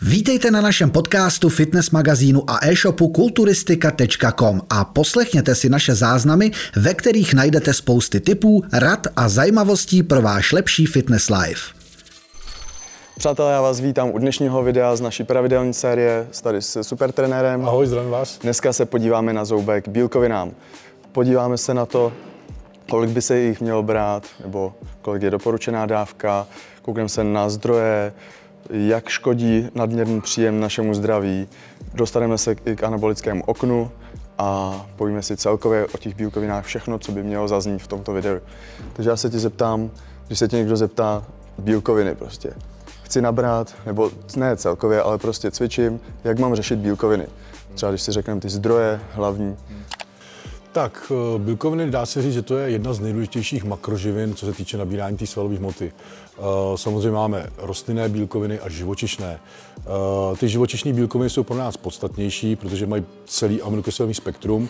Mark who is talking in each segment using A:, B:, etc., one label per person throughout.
A: Vítejte na našem podcastu, fitness magazínu a e-shopu kulturistika.com a poslechněte si naše záznamy, ve kterých najdete spousty tipů, rad a zajímavostí pro váš lepší fitness life.
B: Přátelé, já vás vítám u dnešního videa z naší pravidelné série tady s supertrenérem.
C: Ahoj, zdravím vás.
B: Dneska se podíváme na zoubek bílkovinám. Podíváme se na to, kolik by se jich mělo brát, nebo kolik je doporučená dávka, koukneme se na zdroje, jak škodí nadměrný příjem našemu zdraví, dostaneme se i k anabolickému oknu a povíme si celkově o těch bílkovinách všechno, co by mělo zaznít v tomto videu. Takže já se tě zeptám, když se tě někdo zeptá, bílkoviny prostě. Chci nabrat, nebo ne celkově, ale prostě cvičím, jak mám řešit bílkoviny. Třeba když si řekneme ty zdroje hlavní.
C: Tak, bílkoviny dá se říct, že to je jedna z nejdůležitějších makroživin, co se týče nabírání té svalové hmoty. Samozřejmě máme rostlinné bílkoviny a živočišné. Ty živočišné bílkoviny jsou pro nás podstatnější, protože mají celý aminokyselový spektrum,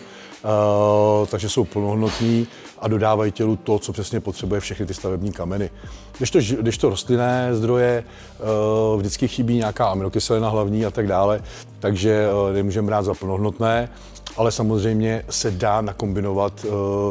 C: takže jsou plnohodnotní a dodávají tělu to, co přesně potřebuje všechny ty stavební kameny. Když to rostlinné zdroje, vždycky chybí nějaká aminokyselina hlavní a tak dále, takže nemůžeme brát za plnohodnotné. Ale samozřejmě se dá nakombinovat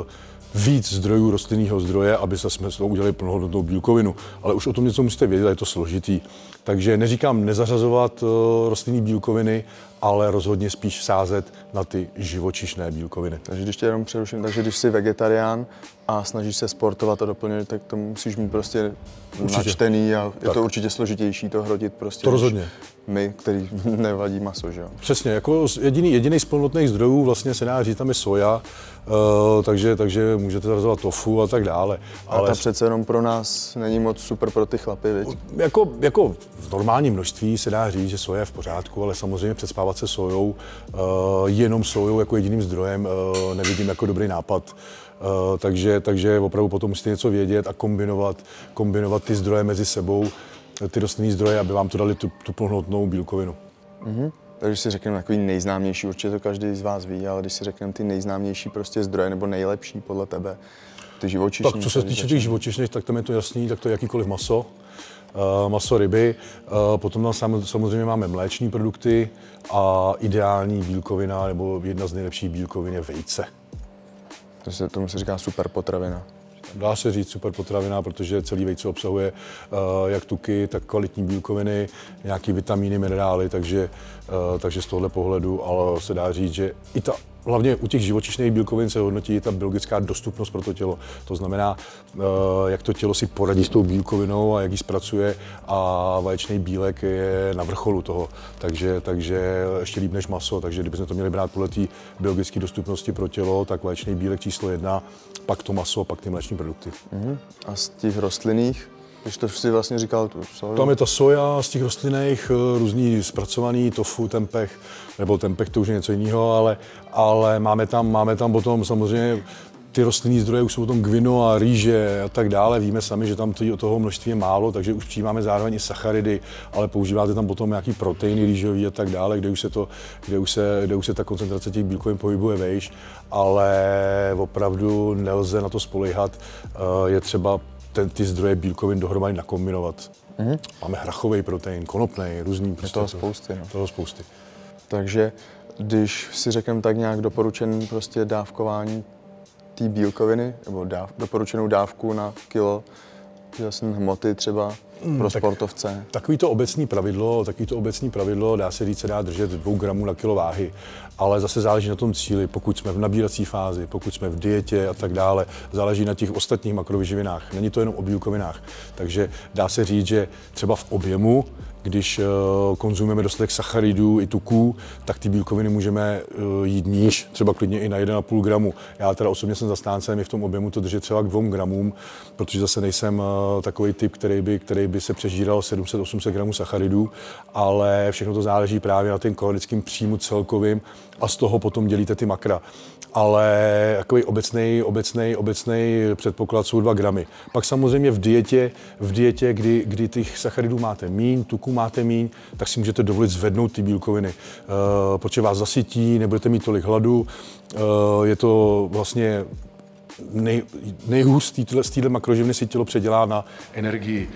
C: víc zdrojů rostlinného zdroje, aby jsme z toho udělali plnohodnotnou bílkovinu. Ale už o tom něco musíte vědět, je to složitý. Takže neříkám nezařazovat rostlinné bílkoviny, ale rozhodně spíš sázet na ty živočišné bílkoviny.
B: Takže když tě jenom přeruším, takže když jsi vegetarián a snažíš se sportovat a doplňovat, tak to musíš mít prostě načtený a je to určitě složitější to hrodit prostě.
C: To rozhodně.
B: My, který nevadí maso, že jo?
C: Přesně, jako jediný z plnohodnotných zdrojů vlastně se dá říct, tam je soja, takže můžete zařazovat tofu a tak dále.
B: Ale ta přece jenom pro nás není moc super pro ty chlapy, viď?
C: Jako v normálním množství se dá říct, že soja je v pořádku, ale samozřejmě přespávat se sojou, jenom sojou jako jediným zdrojem nevidím jako dobrý nápad. Takže opravdu potom musíte něco vědět a kombinovat ty zdroje mezi sebou, ty rostlinné zdroje, aby vám to dali tu plnohodnotnou bílkovinu.
B: Takže si řekneme takový nejznámější, určitě to každý z vás ví, ale když si řekneme ty nejznámější prostě zdroje nebo nejlepší podle tebe, ty živočišní.
C: Tak co se týče těch živočišných, tak tam je to jasný, tak to je jakýkoliv maso, ryby, potom tam samozřejmě máme mléční produkty a ideální bílkovina nebo jedna z nejlepších bílkovin je vejce.
B: Tomu se říká super potravina.
C: Dá se říct super potravina, protože celý vejce obsahuje jak tuky, tak kvalitní bílkoviny, nějaký vitamíny, minerály, takže z tohohle pohledu, ale se dá říct, že i hlavně u těch živočišných bílkovin se hodnotí ta biologická dostupnost pro to tělo. To znamená, jak to tělo si poradí s tou bílkovinou a jak ji zpracuje a vaječný bílek je na vrcholu toho. Takže ještě líp než maso, takže kdybychom to měli brát podle té biologické dostupnosti pro tělo, tak vaječný bílek číslo 1, pak to maso, pak ty mléční produkty.
B: A z těch rostlinných? Když to si vlastně říkal tu soju.
C: Tam je ta soja z těch rostlinných, různý zpracovaný tofu, tempeh, nebo tempeh to už je něco jiného, ale máme tam potom samozřejmě ty rostlinné zdroje, už jsou potom gvino a rýže a tak dále. Víme sami, že tam toho množství je málo, takže už přijímáme zároveň i sacharidy, ale používáte tam potom nějaký proteiny rýžový a tak dále, kde už se ta koncentrace těch bílkovin pohybuje vejš, ale opravdu nelze na to spoléhat. Je třeba ty zdroje bílkovin dohromady nakombinovat. Máme hrachový protein, konopnej, různý.
B: Je toho spousty. No.
C: Toho spousty.
B: Takže když si řekneme tak nějak doporučený prostě dávkování té bílkoviny, nebo doporučenou dávku na kilo hmoty třeba pro sportovce.
C: Takový to obecní pravidlo, dá se říct, se dá držet 2 gramů na kilo váhy, ale zase záleží na tom cíli, pokud jsme v nabírací fázi, pokud jsme v dietě a tak dále, záleží na těch ostatních makrovyživinách, není to jenom o bílkovinách, takže dá se říct, že třeba v objemu, když konzumujeme dostatek sacharidů i tuků, tak ty bílkoviny můžeme jít níž, třeba klidně i na 1,5 gramu. Já teda osobně jsem zastáncem i v tom objemu to držet třeba k 2 gramům, protože zase nejsem takový typ, který by se přežíral 700-800 gramů sacharidů, ale všechno to záleží právě na tom kalorickém příjmu celkovým a z toho potom dělíte ty makra. Ale takový obecný předpoklad jsou 2 gramy. Pak samozřejmě v dietě, kdy těch sacharidů máte míň, tuků máte míň, tak si můžete dovolit zvednout ty bílkoviny, protože vás zasytí, nebudete mít tolik hladu, je to vlastně nejhůř z téhle makroživiny si tělo předělá na energii.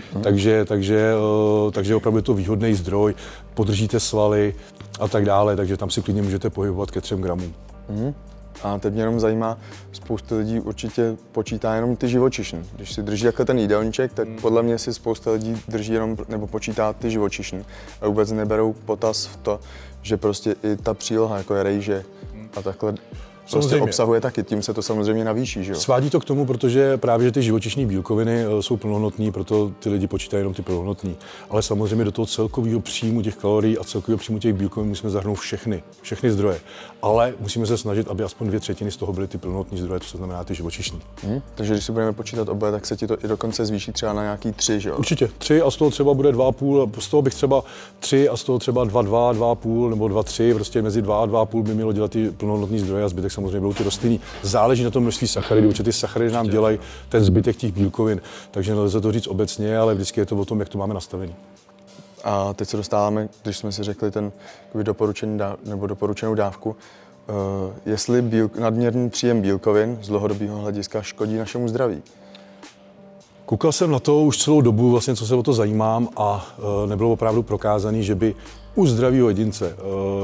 C: Takže opravdu je to výhodný zdroj, podržíte svaly a tak dále, takže tam si klidně můžete pohybovat ke 3 gramům.
B: A teď mě jenom zajímá, spousta lidí určitě počítá jenom ty živočišné. Když si drží jako ten jídelníček, tak podle mě si spousta lidí drží jenom nebo počítá ty živočišné. A vůbec neberou potaz v to, že prostě i ta příloha, jako je rejže a takhle, prostě obsahuje taky, tím se to samozřejmě navýší, že jo?
C: Svádí to k tomu, protože právě že ty živočišní bílkoviny jsou plnohodnotné, proto ty lidi počítají jenom ty plnohodnotné. Ale samozřejmě do toho celkového příjmu těch kalorií a celkového příjmu těch bílkovin musíme zahrnout všechny zdroje. Ale musíme se snažit, aby aspoň 2/3 z toho byly ty plnohodnotné zdroje, to znamená ty živočišní.
B: Takže když si budeme počítat oboje, tak se ti to i dokonce zvýší třeba na nějaký 3, že jo?
C: Určitě 3 a z toho třeba bude 2,5, z toho bych třeba 3 a z toho třeba 2,2, 2,5 nebo 2,3, prostě mezi 2 a 2,5 by mělo dělat ty plnohodnotné zdroje a zbytek samozřejmě budou ty rostlinný. Záleží na tom množství sacharidů, protože ty sacharidy nám dělají ten zbytek těch bílkovin, takže nelze to říct obecně, ale vždycky je to o tom, jak to máme nastavený.
B: A teď se dostáváme, když jsme si řekli ten doporučenou dávku, jestli nadměrný příjem bílkovin z dlouhodobého hlediska škodí našemu zdraví.
C: Koukal jsem na to už celou dobu, vlastně, co se o to zajímám a nebylo opravdu prokázané, že by u zdravého jedince,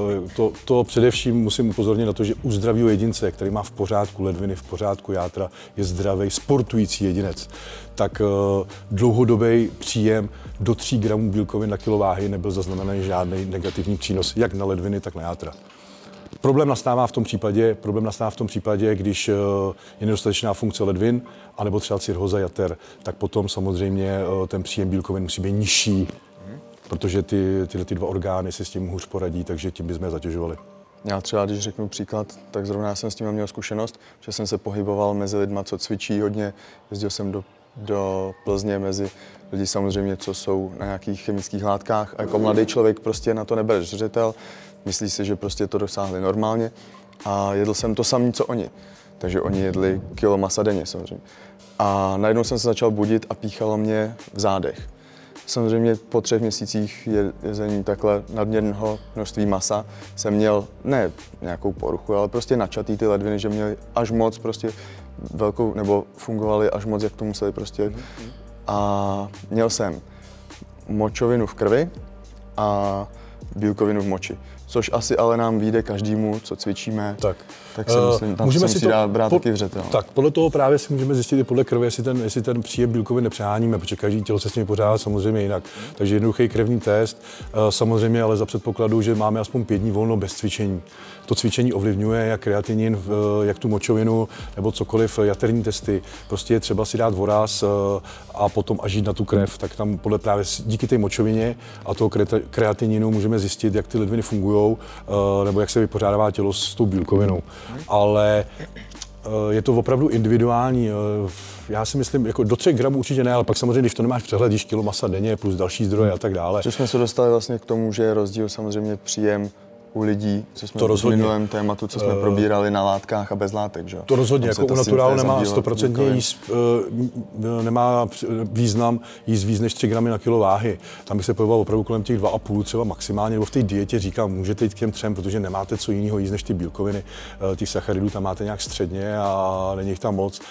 C: to především musím upozornit na to, že u zdravého jedince, který má v pořádku ledviny, v pořádku játra, je zdravý, sportující jedinec, tak dlouhodobý příjem do 3 gramů bílkovin na kilo váhy nebyl zaznamenaný žádný negativní přínos, jak na ledviny, tak na játra. Problém nastává v tom případě, když je nedostatečná funkce ledvin, anebo třeba cirhóza jater, tak potom samozřejmě ten příjem bílkovin musí být nižší, protože tyhle 2 orgány si s tím hůř poradí, takže tím bychom je zatěžovali.
B: Já třeba, když řeknu příklad, tak zrovna já jsem s tím měl zkušenost, že jsem se pohyboval mezi lidma, co cvičí hodně, jezdil jsem do Plzně mezi lidi samozřejmě, co jsou na nějakých chemických látkách a jako mladý člověk prostě na to nebere zřetel, myslí si, že prostě to dosáhli normálně a jedl jsem to samé, co oni. Takže oni jedli kilo masa denně samozřejmě. A najednou jsem se začal budit a píchalo mě v zádech. Samozřejmě po 3 měsících jezení takhle nadměrného množství masa jsem měl ne nějakou poruchu, ale prostě načatý ty ledviny, že měly až moc prostě velkou, nebo fungovaly až moc, jak to museli prostě. A měl jsem močovinu v krvi a bílkovinu v moči. Což asi ale nám vyjde každému, co cvičíme, tak si myslím, tam se musí brát taky vřetel.
C: Tak, podle toho právě si můžeme zjistit i podle krve, jestli ten příjem bílkovin nepřeháníme, protože každý tělo se s nimi pořádá samozřejmě jinak. Takže jednoduchý krevní test, samozřejmě ale za předpokladu, že máme aspoň 5 dní volno bez cvičení. To cvičení ovlivňuje jak kreatinin, jak tu močovinu nebo cokoliv, jaterní testy. Prostě je třeba si dát voraz a potom až jít na tu krev, tak tam podle právě díky té močovině a toho kreatininu můžeme zjistit, jak ty ledviny fungujou nebo jak se vypořádává tělo s tou bílkovinou. Ale je to opravdu individuální. Já si myslím, jako do 3 gramů určitě ne, ale pak samozřejmě, když to nemáš přehled, když kilo masa denně plus další zdroje a tak dále.
B: Což jsme se dostali vlastně k tomu, že je rozdíl samozřejmě příjem u lidí, co jsme v minulém tématu, co jsme probírali na látkách a bez látek, že?
C: To rozhodně, jako u naturálu nemá 100% jíst, nemá význam jíst víc než 3 gramy na kilo váhy. Tam bych se pohyboval opravdu kolem těch 2,5 třeba maximálně, nebo v té dietě říkám, můžete jít k těm 3, protože nemáte co jiného jíst než ty bílkoviny. Těch sacharidů tam máte nějak středně a není jich tam moc,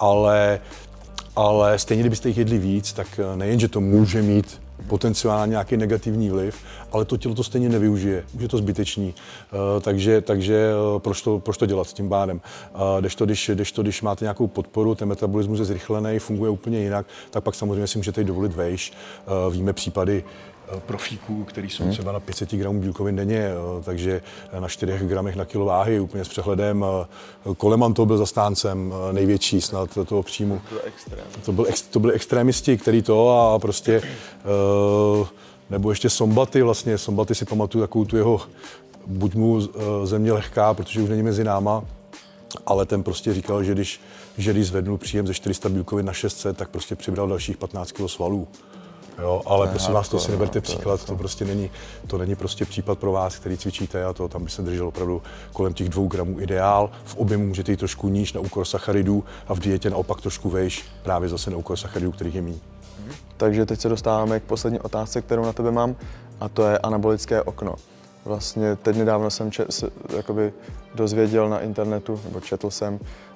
C: ale stejně, kdybyste jich jedli víc, tak nejen, že to může mít potenciálně nějaký negativní vliv, ale to tělo to stejně nevyužije, už je to zbytečný, takže proč to dělat s tím pádem. Když máte nějakou podporu, ten metabolismus je zrychlený, funguje úplně jinak, tak pak samozřejmě si můžete dovolit vejš. Víme případy profíků, který jsou třeba na 500 gramů bílkovin denně, takže na 4 gramech na kilo váhy, úplně s přehledem. Koleman to byl zastáncem největší snad toho příjmu. To byli extrémisti, který to a prostě, nebo ještě Sombaty vlastně. Sombaty si pamatuju takovou tu jeho buď mu země lehká, protože už není mezi náma, ale ten prostě říkal, že když zvednul příjem ze 400 bílkovin na 600, tak prostě přibral dalších 15 kg svalů. Jo, ale prosím vás, to si neberte příklad, to prostě není prostě případ pro vás, který cvičíte a to tam by se držel opravdu kolem těch 2 gramů ideál. V objemu můžete jít trošku níž na úkor sacharidů a v dietě naopak trošku vejš, právě zase na úkor sacharidů, kterých je méně.
B: Takže teď se dostáváme k poslední otázce, kterou na tebe mám, a to je anabolické okno. Vlastně teď nedávno jsem se dozvěděl na internetu, nebo četl jsem,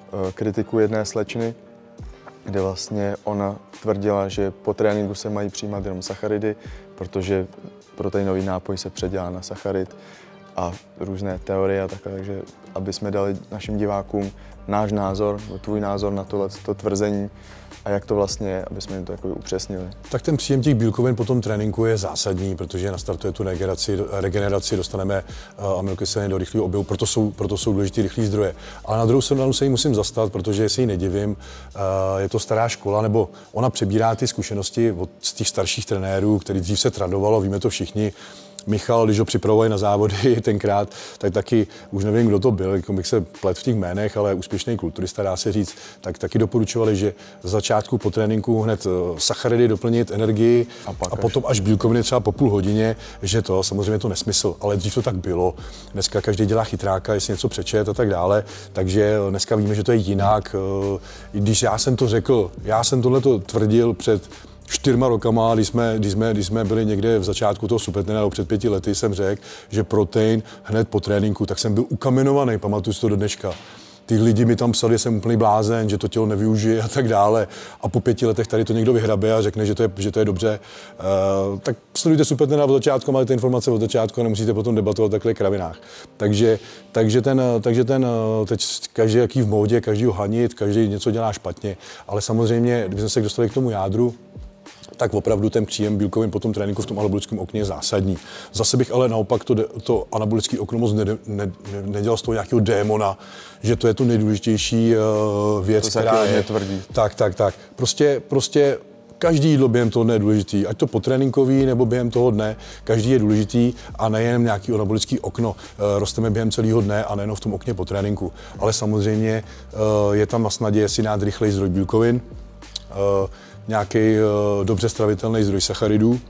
B: kritiku jedné slečny, kde vlastně ona tvrdila, že po tréninku se mají přijímat jenom sacharidy, protože proteinový nápoj se předělá na sacharid a různé teorie a takhle, takže aby jsme dali našim divákům náš názor, tvůj názor na to tvrzení a jak to vlastně je, aby jsme jim to jako upřesnili.
C: Tak ten příjem těch bílkovin po tom tréninku je zásadní, protože nastartuje tu regeneraci, dostaneme aminokyseliny do rychlého oběhu, proto jsou důležité rychlé zdroje. Ale na druhou stranu se jí musím zastat, protože si ji nedivím, je to stará škola, nebo ona přebírá ty zkušenosti od těch starších trenérů, který dřív se tradovalo, víme to všichni. Michal, když ho připravovali na závody tenkrát, tak taky, už nevím, kdo to byl, jako bych se plet v těch jménech, ale úspěšný kulturista, dá se říct, tak taky doporučovali, že z začátku po tréninku hned sacharidy doplnit energii a potom až bílkoviny třeba po půl hodině, že to samozřejmě je to nesmysl, ale dřív to tak bylo. Dneska každý dělá chytráka, jestli něco přečet a tak dále, takže dneska víme, že to je jinak. Když já jsem to řekl, já jsem tohleto tvrdil před 4 rokama, když jsme byli někde v začátku toho supertrénera, před 5 lety, jsem řekl, že protein hned po tréninku, tak jsem byl ukamenovaný, pamatuju si to do dneška. Ty lidi mi tam psali, že jsem úplný blázen, že to tělo nevyužije a tak dále. A po 5 letech tady to někdo vyhrabe a řekne, že to je dobře. Tak sledujte supertrénera od začátku, máte informace od začátku a nemusíte potom debatovat takhle kravinách. Takže teď každý jaký v módě, každý ho hanit, každý něco dělá špatně. Ale samozřejmě, když jsme se dostali k tomu jádru, tak opravdu ten příjem bílkovin po tom tréninku v tom anabolickém okně je zásadní. Zase bych ale naopak to anabolické okno moc nedělal z toho nějakého démona, že to je to nejdůležitější věc,
B: to
C: která je.
B: Tvrdí.
C: Tak. Prostě každý jídlo během toho dne je důležitý, ať to potréninkový nebo během toho dne, každý je důležitý a nejen nějaký anabolický okno. Rosteme během celého dne a nejen v tom okně po tréninku. Ale samozřejmě je tam na snadě, jestli dát rychlej zdroj bílkovin, nějaký dobře stravitelný zdroj sacharidů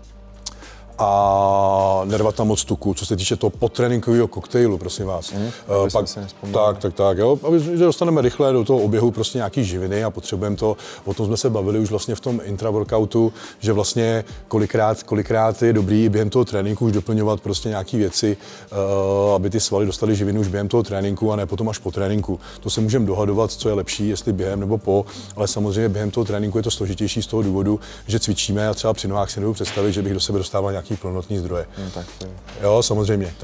C: a nervat tam moc tuku, co se týče toho potréninkového koktejlu, prosím vás. Tak, jo, aby dostaneme rychle do toho oběhu prostě nějaký živiny a potřebujeme to, o tom jsme se bavili už vlastně v tom intra-workoutu, že vlastně kolikrát je dobrý během toho tréninku už doplňovat prostě nějaký věci, aby ty svaly dostaly živiny už během toho tréninku a ne potom až po tréninku. To se můžeme dohadovat, co je lepší, jestli během nebo po, ale samozřejmě během toho tréninku je to složitější z toho důvodu, že cvičíme a třeba při nohách si nebudu představit, že bych do sebe dostával nějaký plnotný zdroje. Jo, samozřejmě.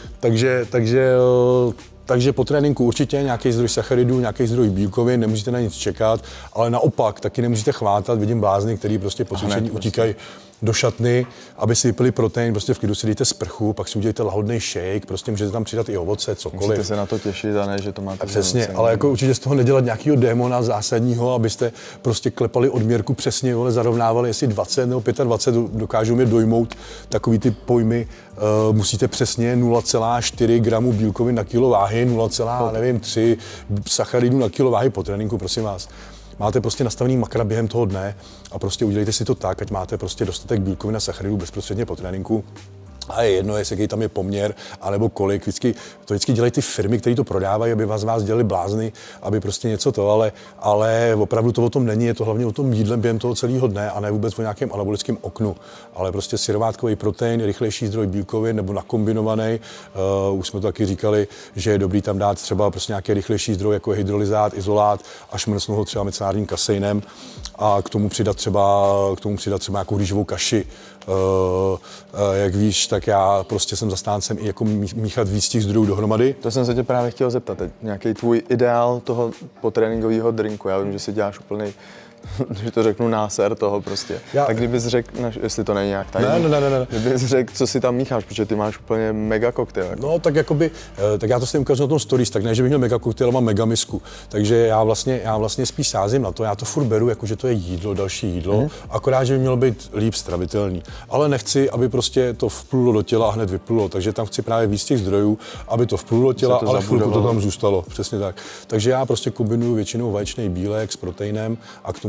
C: Takže po tréninku určitě nějaký zdroj sacharidů, nějaký zdroj bílkovin, nemusíte na nic čekat, ale naopak taky nemusíte chvátat, vidím blázny, který prostě po cvičení utíkají do šatny, aby si vypili protein, prostě v klidu si dejte sprchu, pak si udělejte lahodný shake, prostě můžete tam přidat i ovoce, cokoliv.
B: Musíte se na to těšit a ne, že to máte.
C: Přesně, ale jako určitě z toho nedělat nějakého démona zásadního, abyste prostě klepali odměrku přesně, zarovnávali, jestli 20 nebo 25, dokážou mě dojmout takový ty pojmy, musíte přesně 0,4 gramů bílkovin na kilo váhy, 0,3 sacharidů na kilo váhy po tréninku, prosím vás. Máte prostě nastavený makra během toho dne a prostě udělejte si to tak, ať máte prostě dostatek bílkovin a sacharidů bezprostředně po tréninku. A je jedno, jestli tam je poměr, anebo kolik. To vždycky dělají ty firmy, které to prodávají, aby vás dělali blázny, aby prostě něco to, ale opravdu to o tom není, je to hlavně o tom jídlem během toho celého dne a ne vůbec o nějakém anabolickém oknu. Ale prostě syrovátkový protein, rychlejší zdroj bílkovin nebo nakombinovaný. Už jsme to taky říkali, že je dobrý tam dát třeba prostě nějaký rychlejší zdroj, jako je hydrolyzát, izolát a šmrcnout ho třeba mecenárním kaseinem a k tomu přidat třeba nějakou rýžovou kaši. Jak víš, tak já prostě jsem zastáncem i jako míchat víc těch zdrojů dohromady.
B: To jsem se tě právě chtěl zeptat teď. Nějaký tvůj ideál toho potréninkového drinku. Já vím, že si děláš úplný, že to řeknu, náser toho prostě. Tak kdybys řekl, jestli to není nějak tajný.
C: Ne.
B: Kdybys řekl, co si tam mícháš, protože ty máš úplně mega koktejl. Jako.
C: No tak jakoby, tak já to si ukážu na tom stories, tak ne, že bych měl mega koktejl, mám mega misku. Takže já vlastně spíš sázím na to, já to furt beru, jako že to je jídlo, další jídlo, akorát, že by mělo být líp stravitelný. Ale nechci, aby prostě to vplulo do těla a hned vyplulo, takže tam chci právě víc těch zdrojů, aby to vplulo do těla, ale chvilku to tam zůstalo, přesně tak. Takže já prostě kombinuju většinou vaječný bílek s proteinem a k tomu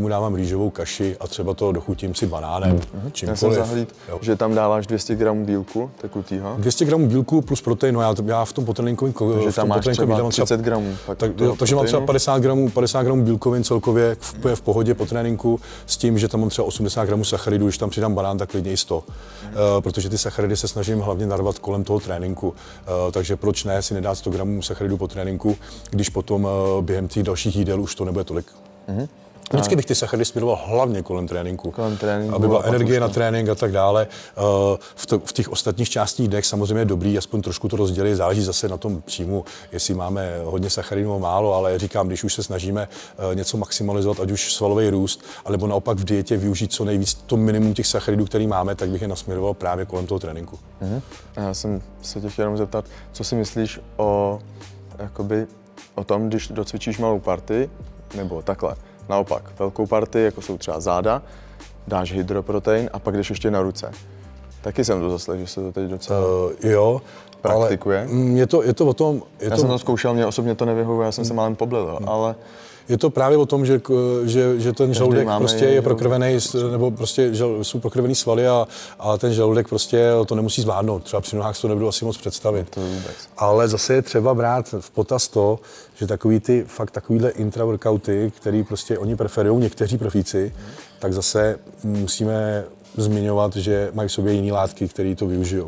C: tomu dávám rýžovou kaši a třeba to dochutím si banánem, čímkoliv.
B: Já jsem zahlíd, že tam dáváš 200 gramů bílku tekutýho.
C: 200 gramů bílku plus protein, no já v tom potravníkovém
B: Takže tam máš třeba 30 gramů.
C: Takže mám třeba 50 gramů bílkovin celkově v pohodě po tréninku, s tím, že tam mám třeba 80 gramů sacharidů, když tam přidám banán, tak klidně i 100. Protože ty sacharidy se snažím hlavně narvat kolem toho tréninku. Takže proč ne si nedát 100 gramů sacharidů po tréninku, když potom během těch dalších jídel už to nebude tolik. Vždycky bych ty sacharidy směroval hlavně kolem tréninku, aby byla energie na trénink a tak dále. V těch ostatních částích dnech samozřejmě je dobrý, aspoň trošku to rozdělit, záleží zase na tom příjmu, jestli máme hodně sacharidů nebo málo, ale říkám, když už se snažíme něco maximalizovat, ať už svalový růst, alebo naopak v dietě využít co nejvíc to minimum těch sacharidů, který máme, tak bych je nasměroval právě kolem toho tréninku.
B: Já jsem se tě chtěl zeptat, co si myslíš o tom, když docvičíš malou partii, nebo takhle. Naopak, velkou partii, jako jsou třeba záda, dáš hydroprotein a pak jdeš ještě na ruce. Taky jsem to zaslechl, že se to teď docela praktikuje.
C: Ale je to o tom...
B: Já jsem to zkoušel, mě osobně to nevyhovuje, já jsem se málem poblil, ale...
C: Je to právě o tom, že ten žaludek prostě je prokrvený, nebo prostě jsou prokrvený svaly a ten žaludek prostě to nemusí zvládnout. Třeba při nohách to nebudu asi moc představit.
B: To vůbec.
C: Ale zase je třeba brát v potaz to, že takovýhle intra-workouty, který prostě oni preferují někteří profíci, tak zase musíme zmiňovat, že mají v sobě jiné látky, které to využijou.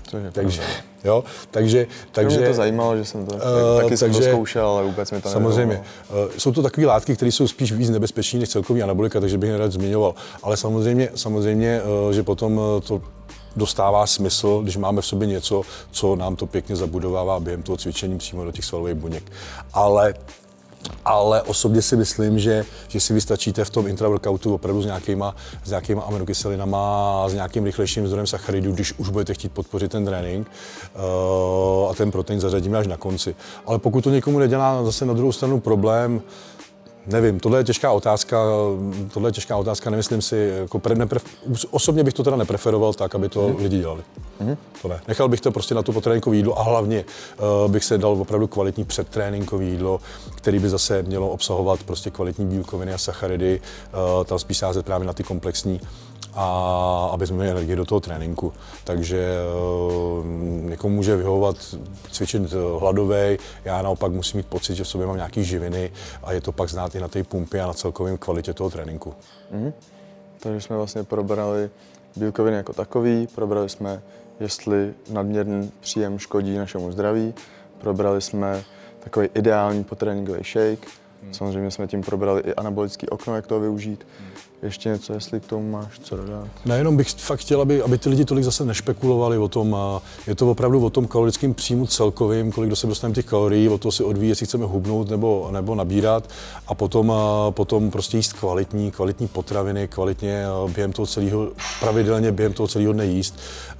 C: Takže
B: mě to zajímalo, že jsem to taky jsem to zkoušel, ale vůbec mi to
C: samozřejmě. Jsou to takové látky, které jsou spíš víc nebezpečné než celkový anabolika, takže bych nerad zmiňoval. Ale samozřejmě, že potom to dostává smysl, když máme v sobě něco, co nám to pěkně zabudovává během toho cvičení přímo do těch svalových buněk. Ale osobně si myslím, že si vystačíte v tom intra-workoutu opravdu s nějakýma aminokyselinama a s nějakým rychlejším zdrojem sacharidů, když už budete chtít podpořit ten trénink a ten protein zařadíme až na konci. Ale pokud to někomu nedělá zase na druhou stranu problém, nevím, tohle je těžká otázka, nemyslím si, osobně bych to teda nepreferoval tak, aby to lidi dělali. To ne. Nechal bych to prostě na to potréninkové jídlo a hlavně bych se dal opravdu kvalitní předtréninkové jídlo, který by zase mělo obsahovat prostě kvalitní bílkoviny a sacharidy, tam spíš sázet právě na ty komplexní, a aby jsme měli energii do toho tréninku. Takže někomu může vyhovovat cvičit hladovej, já naopak musím mít pocit, že v sobě mám nějaké živiny a je to pak znát i na té pumpě a na celkovém kvalitě toho tréninku.
B: Takže jsme vlastně probrali bílkoviny jako takový, probrali jsme, jestli nadměrný příjem škodí našemu zdraví, probrali jsme takový ideální potréninkový shake, samozřejmě jsme tím probrali i anabolický okno, jak to využít. Ještě něco, jestli k tomu máš co dodat?
C: Nejenom bych fakt chtěl, aby ty lidi tolik zase nešpekulovali o tom. Je to opravdu o tom kalorickém příjmu celkovým, kolik do sebe dostaneme těch kalorií, o to se odvíjí, jestli chceme hubnout nebo nabírat. A potom prostě jíst kvalitní potraviny, kvalitně pravidelně během toho celého dne jíst,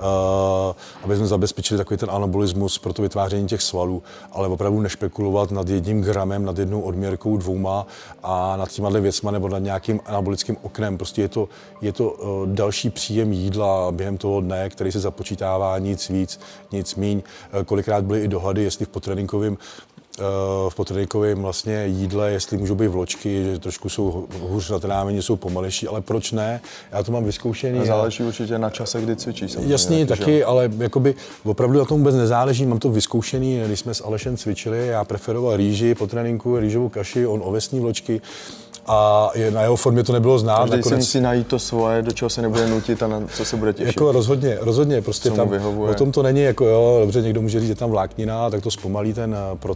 C: aby jsme zabezpečili takový ten anabolismus pro to vytváření těch svalů, ale opravdu nešpekulovat nad 1 gramem, nad 1 odměrkou, 2 a nad těma věcma nebo nad nějakým anabolickým oknem. Prostě je to další příjem jídla během toho dne, který se započítává, nic víc, nic míň. Kolikrát byly i dohady, jestli v potréninkovém vlastně jídle, jestli můžou být vločky, že trošku jsou hůř natrávení, jsou pomalejší, ale proč ne? Já to mám vyzkoušený.
B: Záleží určitě na čase, kdy cvičíš.
C: Jasně, taky, ale jakoby opravdu na tom vůbec nezáleží, mám to vyzkoušený, když jsme s Alešem cvičili, já preferoval rýži po tréninku, rýžovou kaši, on ovesní vločky. A na jeho formě to nebylo znát.
B: Každý si musí najít to svoje, do čeho se nebude nutit a na co se bude těšit.
C: Jako rozhodně, prostě tam o tom to není, jako jo, dobře, někdo může říct, že tam vláknina, tak to zpomalí ten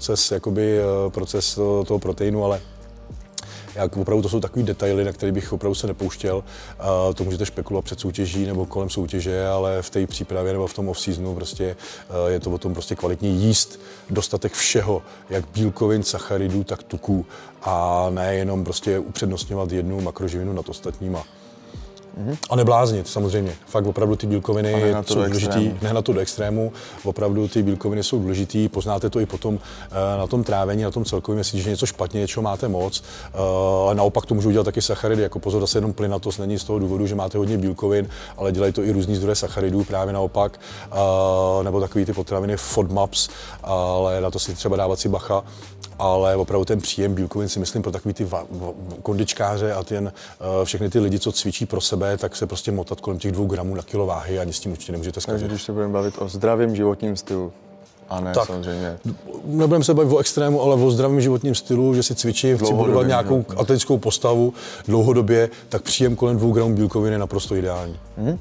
C: proces toho proteinu, ale opravdu to jsou takový detaily, na které bych opravdu se nepouštěl. To můžete špekulovat před soutěží nebo kolem soutěže, ale v té přípravě nebo v tom off-seasonu prostě je to o tom prostě kvalitně jíst dostatek všeho, jak bílkovin, sacharidů, tak tuků a ne jenom prostě upřednostňovat jednu makroživinu nad ostatníma. A nebláznit samozřejmě. Fakt opravdu ty bílkoviny jsou důležitý, nehnat to do extrému. Opravdu ty bílkoviny jsou důležitý, poznáte to i potom na tom trávení, na tom celkovém, jestli je něco špatně, něčeho máte moc. Ale naopak to můžou dělat taky sacharidy, jako pozor, zase jenom plynatost není z toho důvodu, že máte hodně bílkovin, ale dělají to i různý zdroje sacharidů, právě naopak, nebo takový ty potraviny FODMAPs, ale na to si třeba dávat si bacha. Ale opravdu ten příjem bílkovin si myslím pro takový ty kondičkáře a všechny ty lidi, co cvičí pro sebe, tak se prostě motat kolem těch 2 gramů na kilo váhy, ani s tím určitě nemůžete zkazit.
B: Takže když se budeme bavit o zdravém životním stylu, a ne tak, samozřejmě.
C: Nebudeme se bavit o extrému, ale o zdravém životním stylu, že si cvičím, chci budovat nějakou atletickou postavu dlouhodobě, tak příjem kolem 2 gramů bílkovin je naprosto ideální.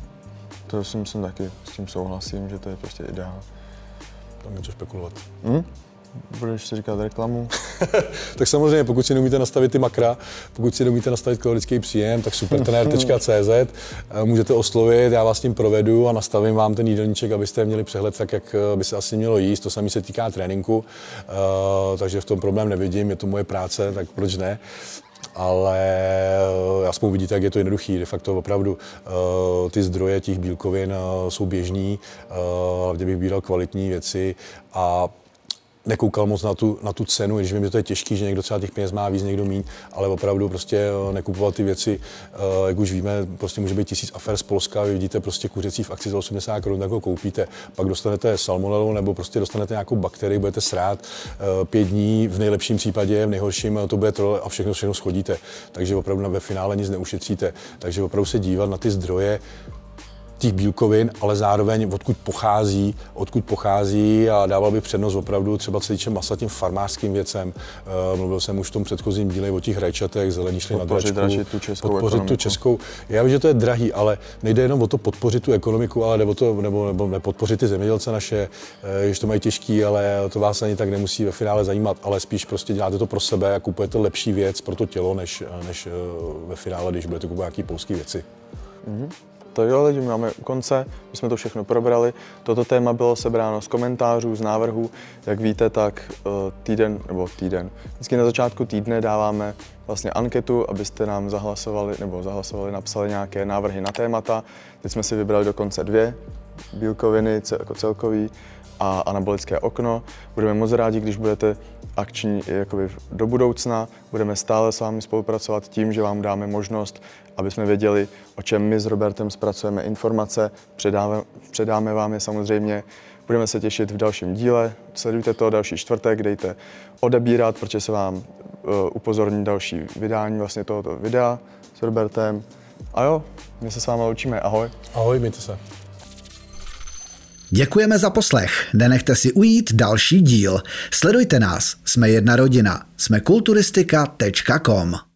B: To si myslím taky, s tím souhlasím, že to je prostě ideál.
C: Tam něco spekulovat.
B: Budeš si říkat reklamu?
C: Tak samozřejmě, pokud si neumíte nastavit ty makra, pokud si neumíte nastavit kalorický příjem, tak supertrenér.cz můžete oslovit, já vás tím provedu a nastavím vám ten jídelníček, abyste měli přehled tak, jak by se asi mělo jíst. To samé se týká tréninku, takže v tom problém nevidím, je to moje práce, tak proč ne? Ale aspoň vidíte, jak je to jednoduchý. De facto opravdu ty zdroje těch bílkovin jsou běžný, hlavně bych bíral kvalitní věci a nekoukal moc na tu cenu, když vím, že to je těžký, že někdo třeba těch peněz má víc, někdo míň, ale opravdu prostě nekupovat ty věci, jak už víme, prostě může být 1000 afér z Polska, vy vidíte prostě kuřecí v akci za 80 Kč, tak ho koupíte, pak dostanete salmonelu nebo prostě dostanete nějakou bakterii, budete srát 5 dní, v nejlepším případě, v nejhorším to bude trole a všechno schodíte. Takže opravdu ve finále nic neušetříte. Takže opravdu se dívat na ty zdroje těch bílkovin, ale zároveň odkud pochází a dával bych přednost opravdu třeba co se týče masa tím farmářským věcem. Mluvil jsem už v tom předchozím díle o těch rajčatech, zelení šli na dračku, podpořit tu českou. Já vím, že to je drahý, ale nejde jenom o to podpořit tu ekonomiku, ale jde o to, nebo nepodpořit ty zemědělce naše, že to mají těžký, ale to vás ani tak nemusí ve finále zajímat, ale spíš prostě děláte to pro sebe a kupujete lepší věc pro to tělo, než ve finále, když budete kupovat nějaký polský věci.
B: Tak jo, lidi, máme u konce, my jsme to všechno probrali. Toto téma bylo sebráno z komentářů, z návrhů. Jak víte, tak vždycky na začátku týdne dáváme vlastně anketu, abyste nám zahlasovali, napsali nějaké návrhy na témata. Teď jsme si vybrali dokonce 2, bílkoviny jako celkový a anabolické okno. Budeme moc rádi, když budete akční jakoby do budoucna. Budeme stále s vámi spolupracovat tím, že vám dáme možnost, aby jsme věděli, o čem my s Robertem zpracujeme informace. Předáme vám je samozřejmě. Budeme se těšit v dalším díle. Sledujte to další čtvrtek, dejte odebírat, protože se vám upozorní další vydání vlastně tohoto videa s Robertem. A jo, my se s vámi loučíme. Ahoj.
C: Ahoj, mějte se.
A: Děkujeme za poslech. Nenechte si ujít další díl. Sledujte nás. Jsme jedna rodina. Jsme kulturistika.com.